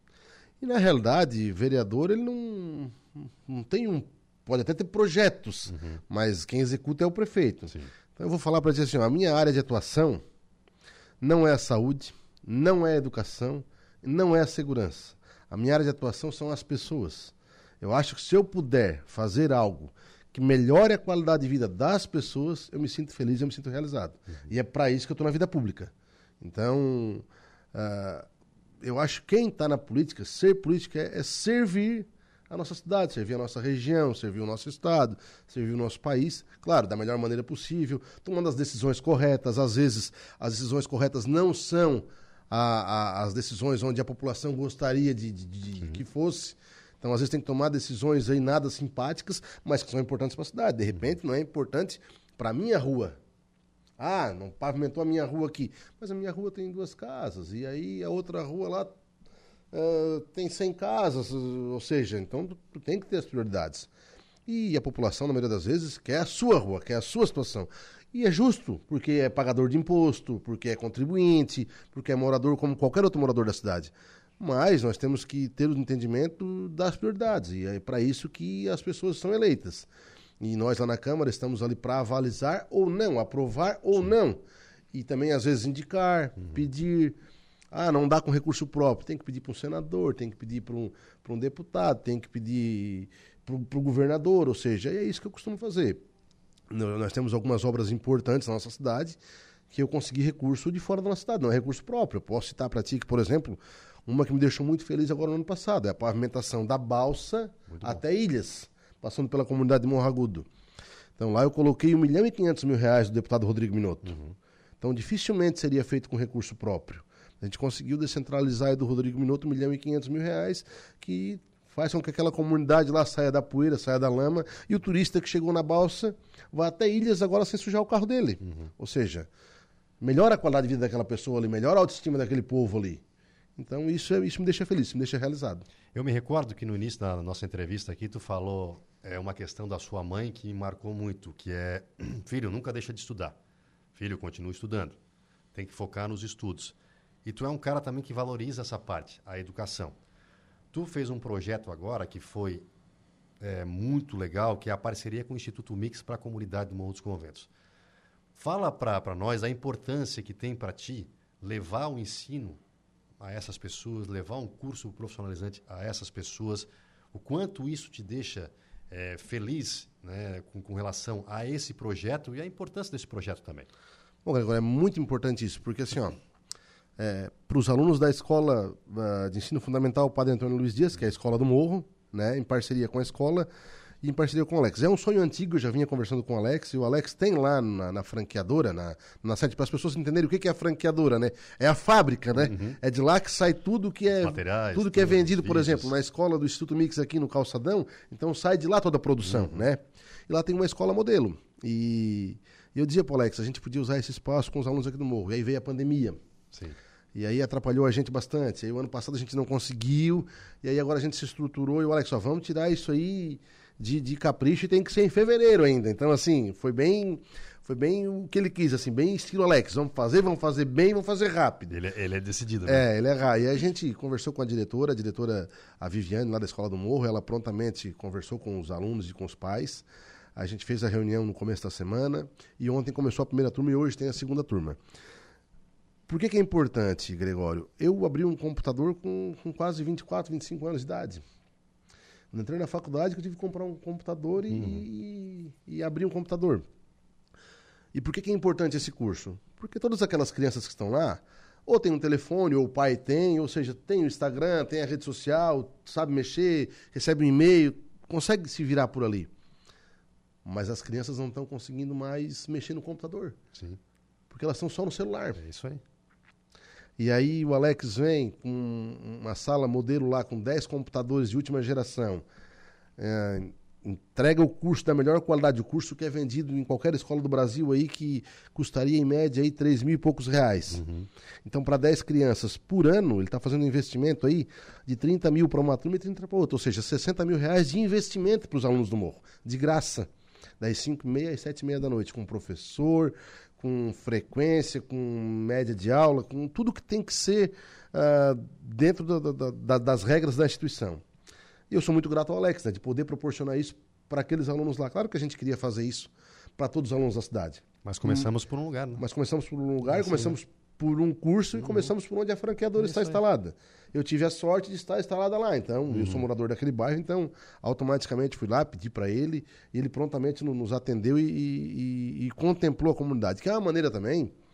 E na realidade, vereador, ele não, não tem um... Pode até ter projetos, uhum. mas quem executa é o prefeito. Sim. Então eu vou falar para ti assim, ó, a minha área de atuação... não é a saúde, não é a educação, não é a segurança. A minha área de atuação são as pessoas. Eu acho que se eu puder fazer algo que melhore a qualidade de vida das pessoas, eu me sinto feliz, eu me sinto realizado. Uhum. E é para isso que eu estou na vida pública. Então, uh, eu acho que quem está na política, ser político é, é servir a nossa cidade, servir a nossa região, servir o nosso estado, servir o nosso país, claro, da melhor maneira possível, tomando as decisões corretas. Às vezes, as decisões corretas não são a, a, as decisões onde a população gostaria de, de, de que fosse. Então, às vezes, tem que tomar decisões aí nada simpáticas, mas que são importantes para a cidade. De repente, não é importante para a minha rua. Ah, não pavimentou a minha rua aqui. Mas a minha rua tem duas casas, e aí a outra rua lá uh, tem cem casas, ou seja, então tu, tu tem que ter as prioridades. E a população, na maioria das vezes, quer a sua rua, quer a sua situação. E é justo, porque é pagador de imposto, porque é contribuinte, porque é morador como qualquer outro morador da cidade. Mas nós temos que ter o entendimento das prioridades, e é para isso que as pessoas são eleitas. E nós lá na Câmara estamos ali para avalizar ou não, aprovar ou Sim. não. E também, às vezes, indicar, uhum. pedir. Ah, não dá com recurso próprio. Tem que pedir para um senador, tem que pedir para um, para um deputado, tem que pedir para o governador. Ou seja, é isso que eu costumo fazer. Nós temos algumas obras importantes na nossa cidade que eu consegui recurso de fora da nossa cidade, não é recurso próprio. Eu posso citar para ti que, por exemplo, uma que me deixou muito feliz agora no ano passado é a pavimentação da balsa muito até bom. Ilhas, passando pela comunidade de Morro Agudo. Então lá eu coloquei um milhão e quinhentos mil reais do deputado Rodrigo Minotto. Uhum. Então dificilmente seria feito com recurso próprio. A gente conseguiu descentralizar aí do Rodrigo Minotto um milhão e quinhentos mil reais, que faz com que aquela comunidade lá saia da poeira, saia da lama, e o turista que chegou na balsa vá até Ilhas agora sem sujar o carro dele. Uhum. Ou seja, melhora a qualidade de vida daquela pessoa ali, melhora a autoestima daquele povo ali. Então isso, é, isso me deixa feliz, isso me deixa realizado. Eu me recordo que no início da nossa entrevista aqui tu falou é, uma questão da sua mãe que me marcou muito, que é, filho, nunca deixa de estudar. Filho, continua estudando. Tem que focar nos estudos. E tu é um cara também que valoriza essa parte, a educação. Tu fez um projeto agora que foi é, muito legal, que é a parceria com o Instituto Mix para a comunidade do Morro dos Conventos. Fala para nós a importância que tem para ti levar o ensino a essas pessoas, levar um curso profissionalizante a essas pessoas, o quanto isso te deixa é, feliz, né, com, com relação a esse projeto e a importância desse projeto também. Bom, Gregório, é muito importante isso, porque assim, ó, é, para os alunos da Escola uh, de Ensino Fundamental Padre Antônio Luiz Dias, que é a Escola do Morro, né, em parceria com a escola e em parceria com o Alex. É um sonho antigo, eu já vinha conversando com o Alex, e o Alex tem lá na, na franqueadora, na, na sede, para as pessoas entenderem o que, que é a franqueadora, né? É a fábrica, né? Uhum. É de lá que sai tudo que é, materiais, tudo que é vendido, por exemplo, na escola do Instituto Mix aqui no Calçadão, então sai de lá toda a produção, uhum. né? E lá tem uma escola modelo. E eu dizia para o Alex, a gente podia usar esse espaço com os alunos aqui do Morro. E aí veio a pandemia. Sim. E aí atrapalhou a gente bastante. Aí o ano passado a gente não conseguiu, e aí agora a gente se estruturou, e o Alex, ó, vamos tirar isso aí de, de capricho, e tem que ser em fevereiro ainda. Então, assim, foi bem, foi bem o que ele quis, assim, bem estilo Alex. Vamos fazer, vamos fazer bem, vamos fazer rápido. Ele, ele é decidido, né? É, ele é rápido. E aí a gente conversou com a diretora, a diretora, a Viviane, lá da Escola do Morro, ela prontamente conversou com os alunos e com os pais. A gente fez a reunião no começo da semana, e ontem começou a primeira turma e hoje tem a segunda turma. Por que que é importante, Gregório? Eu abri um computador com, com quase vinte e quatro, vinte e cinco anos de idade. Eu entrei na faculdade que eu tive que comprar um computador e, uhum. e, e abrir um computador. E por que que é importante esse curso? Porque todas aquelas crianças que estão lá, ou tem um telefone, ou o pai tem, ou seja, tem o Instagram, tem a rede social, sabe mexer, recebe um e-mail, consegue se virar por ali. Mas as crianças não estão conseguindo mais mexer no computador. Sim. Porque elas estão só no celular. É isso aí. E aí o Alex vem com uma sala modelo lá com dez computadores de última geração, é, entrega o curso da melhor qualidade, o curso que é vendido em qualquer escola do Brasil aí, que custaria em média aí três mil e poucos reais. Uhum. Então, para dez crianças por ano, ele está fazendo um investimento aí de trinta mil para uma turma e trinta para outra, ou seja, sessenta mil reais de investimento para os alunos do Morro, de graça, das cinco e meia às sete e meia da noite, com professor, com frequência, com média de aula, com tudo que tem que ser uh, dentro da, da, da, das regras da instituição. E eu sou muito grato ao Alex, né, de poder proporcionar isso para aqueles alunos lá. Claro que a gente queria fazer isso para todos os alunos da cidade. Mas começamos hum, por um lugar, né? Mas começamos por um lugar, assim, começamos né? por um curso uhum. e começamos por onde a franqueadora isso está instalada. Eu tive a sorte de estar instalada lá, então, uhum. eu sou morador daquele bairro, então, automaticamente fui lá, pedi para ele, e ele prontamente nos atendeu e, e, e contemplou a comunidade, que é uma maneira também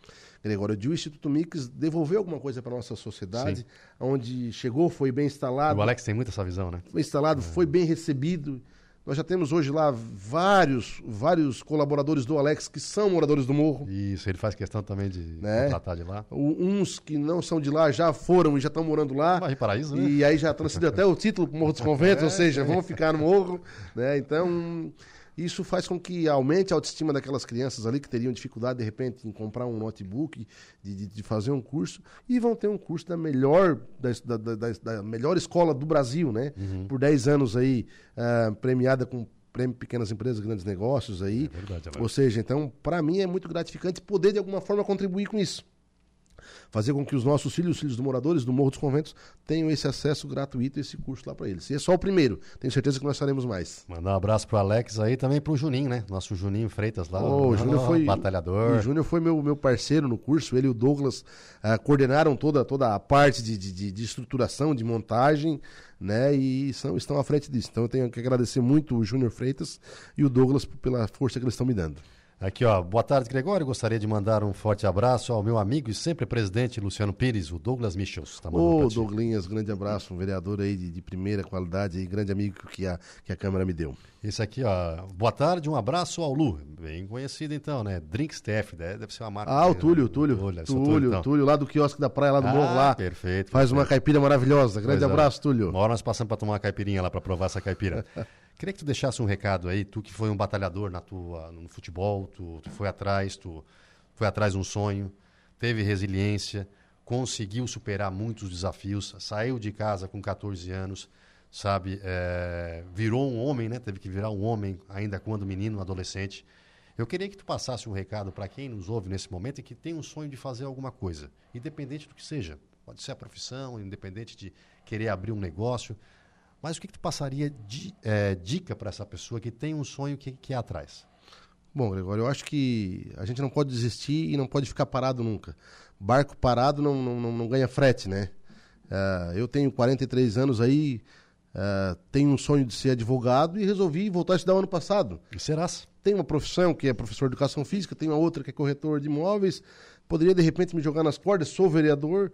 Gregório, de o Instituto Mix devolver alguma coisa para a nossa sociedade, Sim. onde chegou, foi bem instalado. O Alex tem muito essa visão, né? Foi instalado, é. foi bem recebido. Nós já temos hoje lá vários, vários colaboradores do Alex que são moradores do Morro. Isso, ele faz questão também de né? contratar de lá. Uns que não são de lá já foram e já estão morando lá. Mas em Paraíso, né? E aí já transcendeu até o título para o Morro dos Conventos, é, ou seja, é. vão ficar no Morro. Né? Então, isso faz com que aumente a autoestima daquelas crianças ali que teriam dificuldade, de repente, em comprar um notebook, de, de, de fazer um curso, e vão ter um curso da melhor, da, da, da, da melhor escola do Brasil, né? Uhum. Por dez anos aí, uh, premiada com prêmio Pequenas Empresas, Grandes Negócios aí. É verdade, é ou seja, então, para mim é muito gratificante poder, de alguma forma, contribuir com isso. Fazer com que os nossos filhos, os filhos dos moradores do Morro dos Conventos, tenham esse acesso gratuito a esse curso lá para eles. E é só o primeiro. Tenho certeza que nós faremos mais. Mandar um abraço pro Alex aí, também pro Juninho, né? Nosso Juninho Freitas lá. Oh, o Júnior foi batalhador. O Júnior foi meu, meu parceiro no curso. Ele e o Douglas uh, coordenaram toda, toda a parte de, de, de estruturação, de montagem, né? E são, estão à frente disso. Então eu tenho que agradecer muito o Júnior Freitas e o Douglas pela força que eles estão me dando. Aqui, ó, boa tarde, Gregório. Gostaria de mandar um forte abraço ao meu amigo e sempre presidente Luciano Pires, o Douglas Michels. Tá Ô, oh, Douglinhas, grande abraço, um vereador aí de, de primeira qualidade e grande amigo que a, que a Câmara me deu. Esse aqui, ó, boa tarde, um abraço ao Lu, bem conhecido então, né? Drinks T F, deve ser uma marca. Ah, o Túlio, o Túlio, Túlio, Túlio, então. Túlio, lá do quiosque da praia, lá do ah, Morro, lá. Perfeito. Faz perfeito. uma caipira maravilhosa, grande pois abraço, é. Túlio. Uma hora nós passamos para tomar uma caipirinha lá, para provar essa caipira. Queria que tu deixasse um recado aí, tu que foi um batalhador na tua, no futebol, tu, tu foi atrás, tu foi atrás de um sonho, teve resiliência, conseguiu superar muitos desafios, saiu de casa com catorze anos, sabe, é, virou um homem, né? Teve que virar um homem ainda quando menino, adolescente. Eu queria que tu passasse um recado para quem nos ouve nesse momento e que tem um sonho de fazer alguma coisa, independente do que seja. Pode ser a profissão, independente de querer abrir um negócio. Mas o que, que tu passaria de é, dica para essa pessoa que tem um sonho que, que é atrás? Bom, Gregório, eu acho que a gente não pode desistir e não pode ficar parado nunca. Barco parado não, não, não ganha frete, né? Uh, eu tenho quarenta e três anos aí, uh, tenho um sonho de ser advogado e resolvi voltar a estudar o ano passado. E serás? Tenho uma profissão que é professor de educação física, tenho uma outra que é corretor de imóveis. Poderia, de repente, me jogar nas cordas, sou vereador,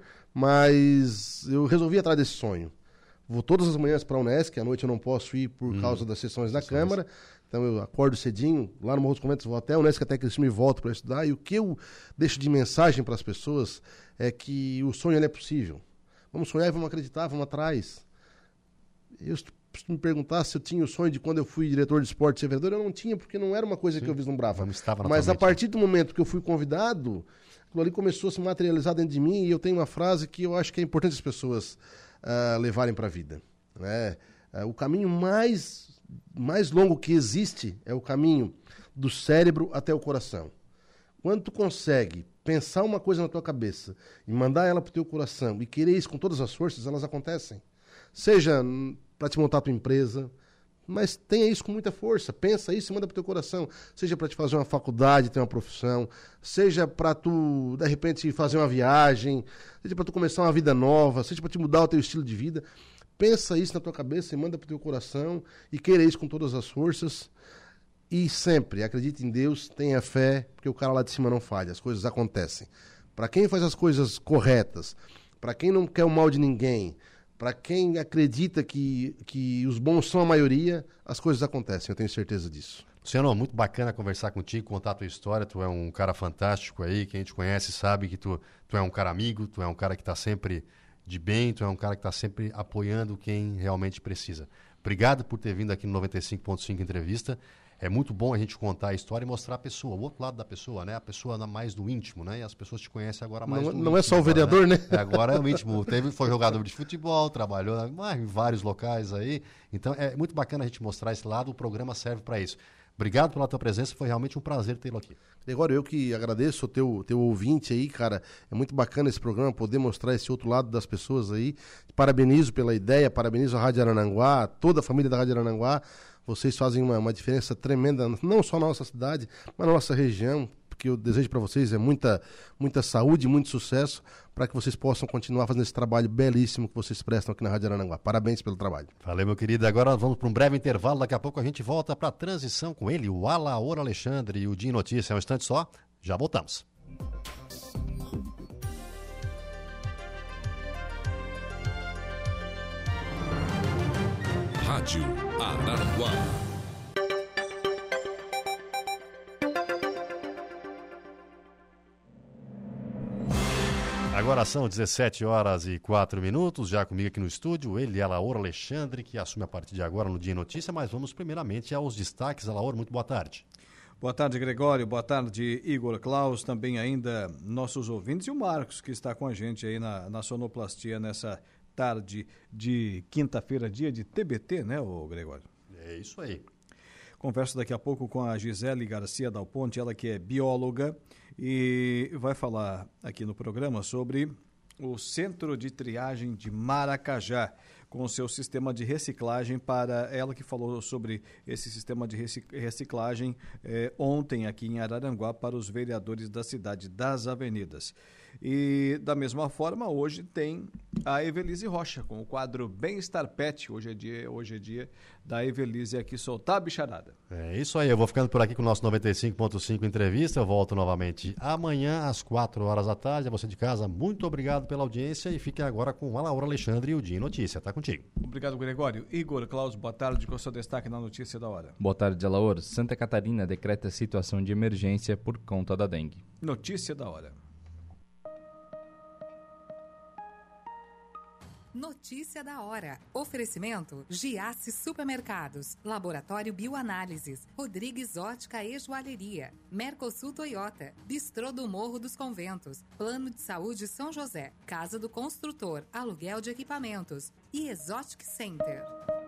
mas eu resolvi ir atrás desse sonho. Vou todas as manhãs para a Unesc, à noite eu não posso ir por hum, causa das sessões da sessões. Câmara, então eu acordo cedinho, lá no Morro dos Conventos, vou até a Unesc, até que eles me voltam para estudar, e o que eu deixo de mensagem para as pessoas é que o sonho ele é possível. Vamos sonhar e vamos acreditar, vamos atrás. Eu, se me perguntasse se eu tinha o sonho de quando eu fui diretor de esporte ser vereador, eu não tinha, porque não era uma coisa Sim, que eu vislumbrava. Mas a partir do momento que eu fui convidado, aquilo ali começou a se materializar dentro de mim, e eu tenho uma frase que eu acho que é importante as pessoas Uh, levarem para a vida. Né? Uh, o caminho mais, mais longo que existe é o caminho do cérebro até o coração. Quando tu consegue pensar uma coisa na tua cabeça e mandar ela para o teu coração e querer isso com todas as forças, elas acontecem. Seja para te montar a tua empresa, mas tenha isso com muita força. Pensa isso e manda para o teu coração. Seja para te fazer uma faculdade, ter uma profissão, seja para tu, de repente, fazer uma viagem, seja para tu começar uma vida nova, seja para te mudar o teu estilo de vida. Pensa isso na tua cabeça e manda para o teu coração e queira isso com todas as forças. E sempre acredite em Deus, tenha fé, porque o cara lá de cima não falha, as coisas acontecem. Para quem faz as coisas corretas, para quem não quer o mal de ninguém, para quem acredita que, que os bons são a maioria, as coisas acontecem, eu tenho certeza disso. Luciano, muito bacana conversar contigo, contar a tua história, tu é um cara fantástico aí, quem te conhece sabe que tu, tu é um cara amigo, tu é um cara que está sempre de bem, tu é um cara que está sempre apoiando quem realmente precisa. Obrigado por ter vindo aqui no noventa e cinco ponto cinco Entrevista. É muito bom a gente contar a história e mostrar a pessoa, o outro lado da pessoa, né? A pessoa mais do íntimo, né? E as pessoas te conhecem agora mais não, do não íntimo. Não é só o vereador, agora, né? né? Agora é o íntimo. Teve, foi jogador de futebol, trabalhou em vários locais aí. Então é muito bacana a gente mostrar esse lado, o programa serve para isso. Obrigado pela tua presença, foi realmente um prazer tê-lo aqui. Gregório, eu que agradeço o teu, teu ouvinte aí, cara. É muito bacana esse programa, poder mostrar esse outro lado das pessoas aí. Parabenizo pela ideia, parabenizo a Rádio Araranguá, toda a família da Rádio Araranguá. Vocês fazem uma, uma diferença tremenda, não só na nossa cidade, mas na nossa região. Que eu desejo para vocês é muita, muita saúde, muito sucesso, para que vocês possam continuar fazendo esse trabalho belíssimo que vocês prestam aqui na Rádio Araranguá. Parabéns pelo trabalho. Valeu, meu querido. Agora vamos para um breve intervalo. Daqui a pouco a gente volta para a transição com ele, o Alaor Alexandre e o Dia em Notícia. É um instante só, já voltamos. Rádio Araranguá. Agora são dezessete horas e quatro minutos, já comigo aqui no estúdio, ele, Alaor Alexandre, que assume a partir de agora no Dia em Notícia, mas vamos primeiramente aos destaques. Alaor, muito boa tarde. Boa tarde, Gregório, boa tarde, Igor Klaus, também ainda nossos ouvintes e o Marcos, que está com a gente aí na, na sonoplastia nessa tarde de quinta-feira, dia de T B T, né, ô Gregório? É isso aí. Converso daqui a pouco com a Gisele Garcia Dal Ponte, ela que é bióloga e vai falar aqui no programa sobre o Centro de Triagem de Maracajá, com o seu sistema de reciclagem. Para ela que falou sobre esse sistema de reciclagem eh, ontem aqui em Araranguá para os vereadores da cidade das avenidas. E da mesma forma, hoje tem a Evelise Rocha, com o quadro Bem-Estar Pet. Hoje é dia, hoje é dia da Evelise aqui soltar a bicharada. É isso aí, eu vou ficando por aqui com o nosso noventa e cinco ponto cinco Entrevista. Eu volto novamente amanhã às quatro horas da tarde. A você de casa, muito obrigado pela audiência e fique agora com a Laura Alexandre e o Dia em Notícia. Tá contigo. Obrigado, Gregório. Igor Klaus, boa tarde, com o seu destaque na notícia da hora. Boa tarde, Alaor. Santa Catarina decreta situação de emergência por conta da dengue. Notícia da hora. Notícia da hora. Oferecimento Giasse Supermercados, Laboratório Bioanálises, Rodrigues Ótica e Joalheria, Mercosul Toyota, Bistrô do Morro dos Conventos, Plano de Saúde São José, Casa do Construtor, Aluguel de Equipamentos e Exotic Center.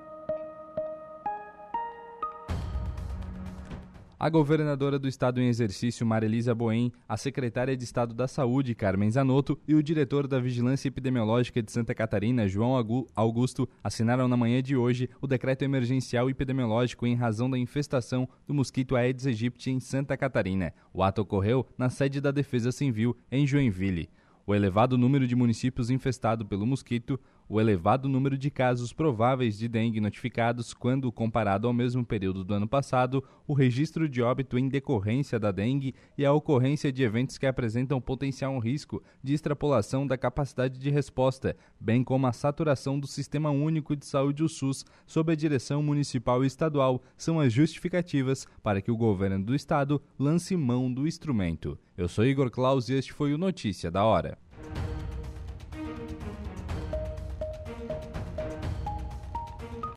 A governadora do estado em exercício, Marelisa Boem, a secretária de Estado da Saúde, Carmen Zanotto, e o diretor da Vigilância Epidemiológica de Santa Catarina, João Augusto, assinaram na manhã de hoje o decreto emergencial epidemiológico em razão da infestação do mosquito Aedes aegypti em Santa Catarina. O ato ocorreu na sede da Defesa Civil, em Joinville. O elevado número de municípios infestados pelo mosquito, o elevado número de casos prováveis de dengue notificados quando comparado ao mesmo período do ano passado, o registro de óbito em decorrência da dengue e a ocorrência de eventos que apresentam potencial risco de extrapolação da capacidade de resposta, bem como a saturação do Sistema Único de Saúde, o SUS, sob a direção municipal e estadual, são as justificativas para que o governo do estado lance mão do instrumento. Eu sou Igor Klaus e este foi o Notícia da Hora.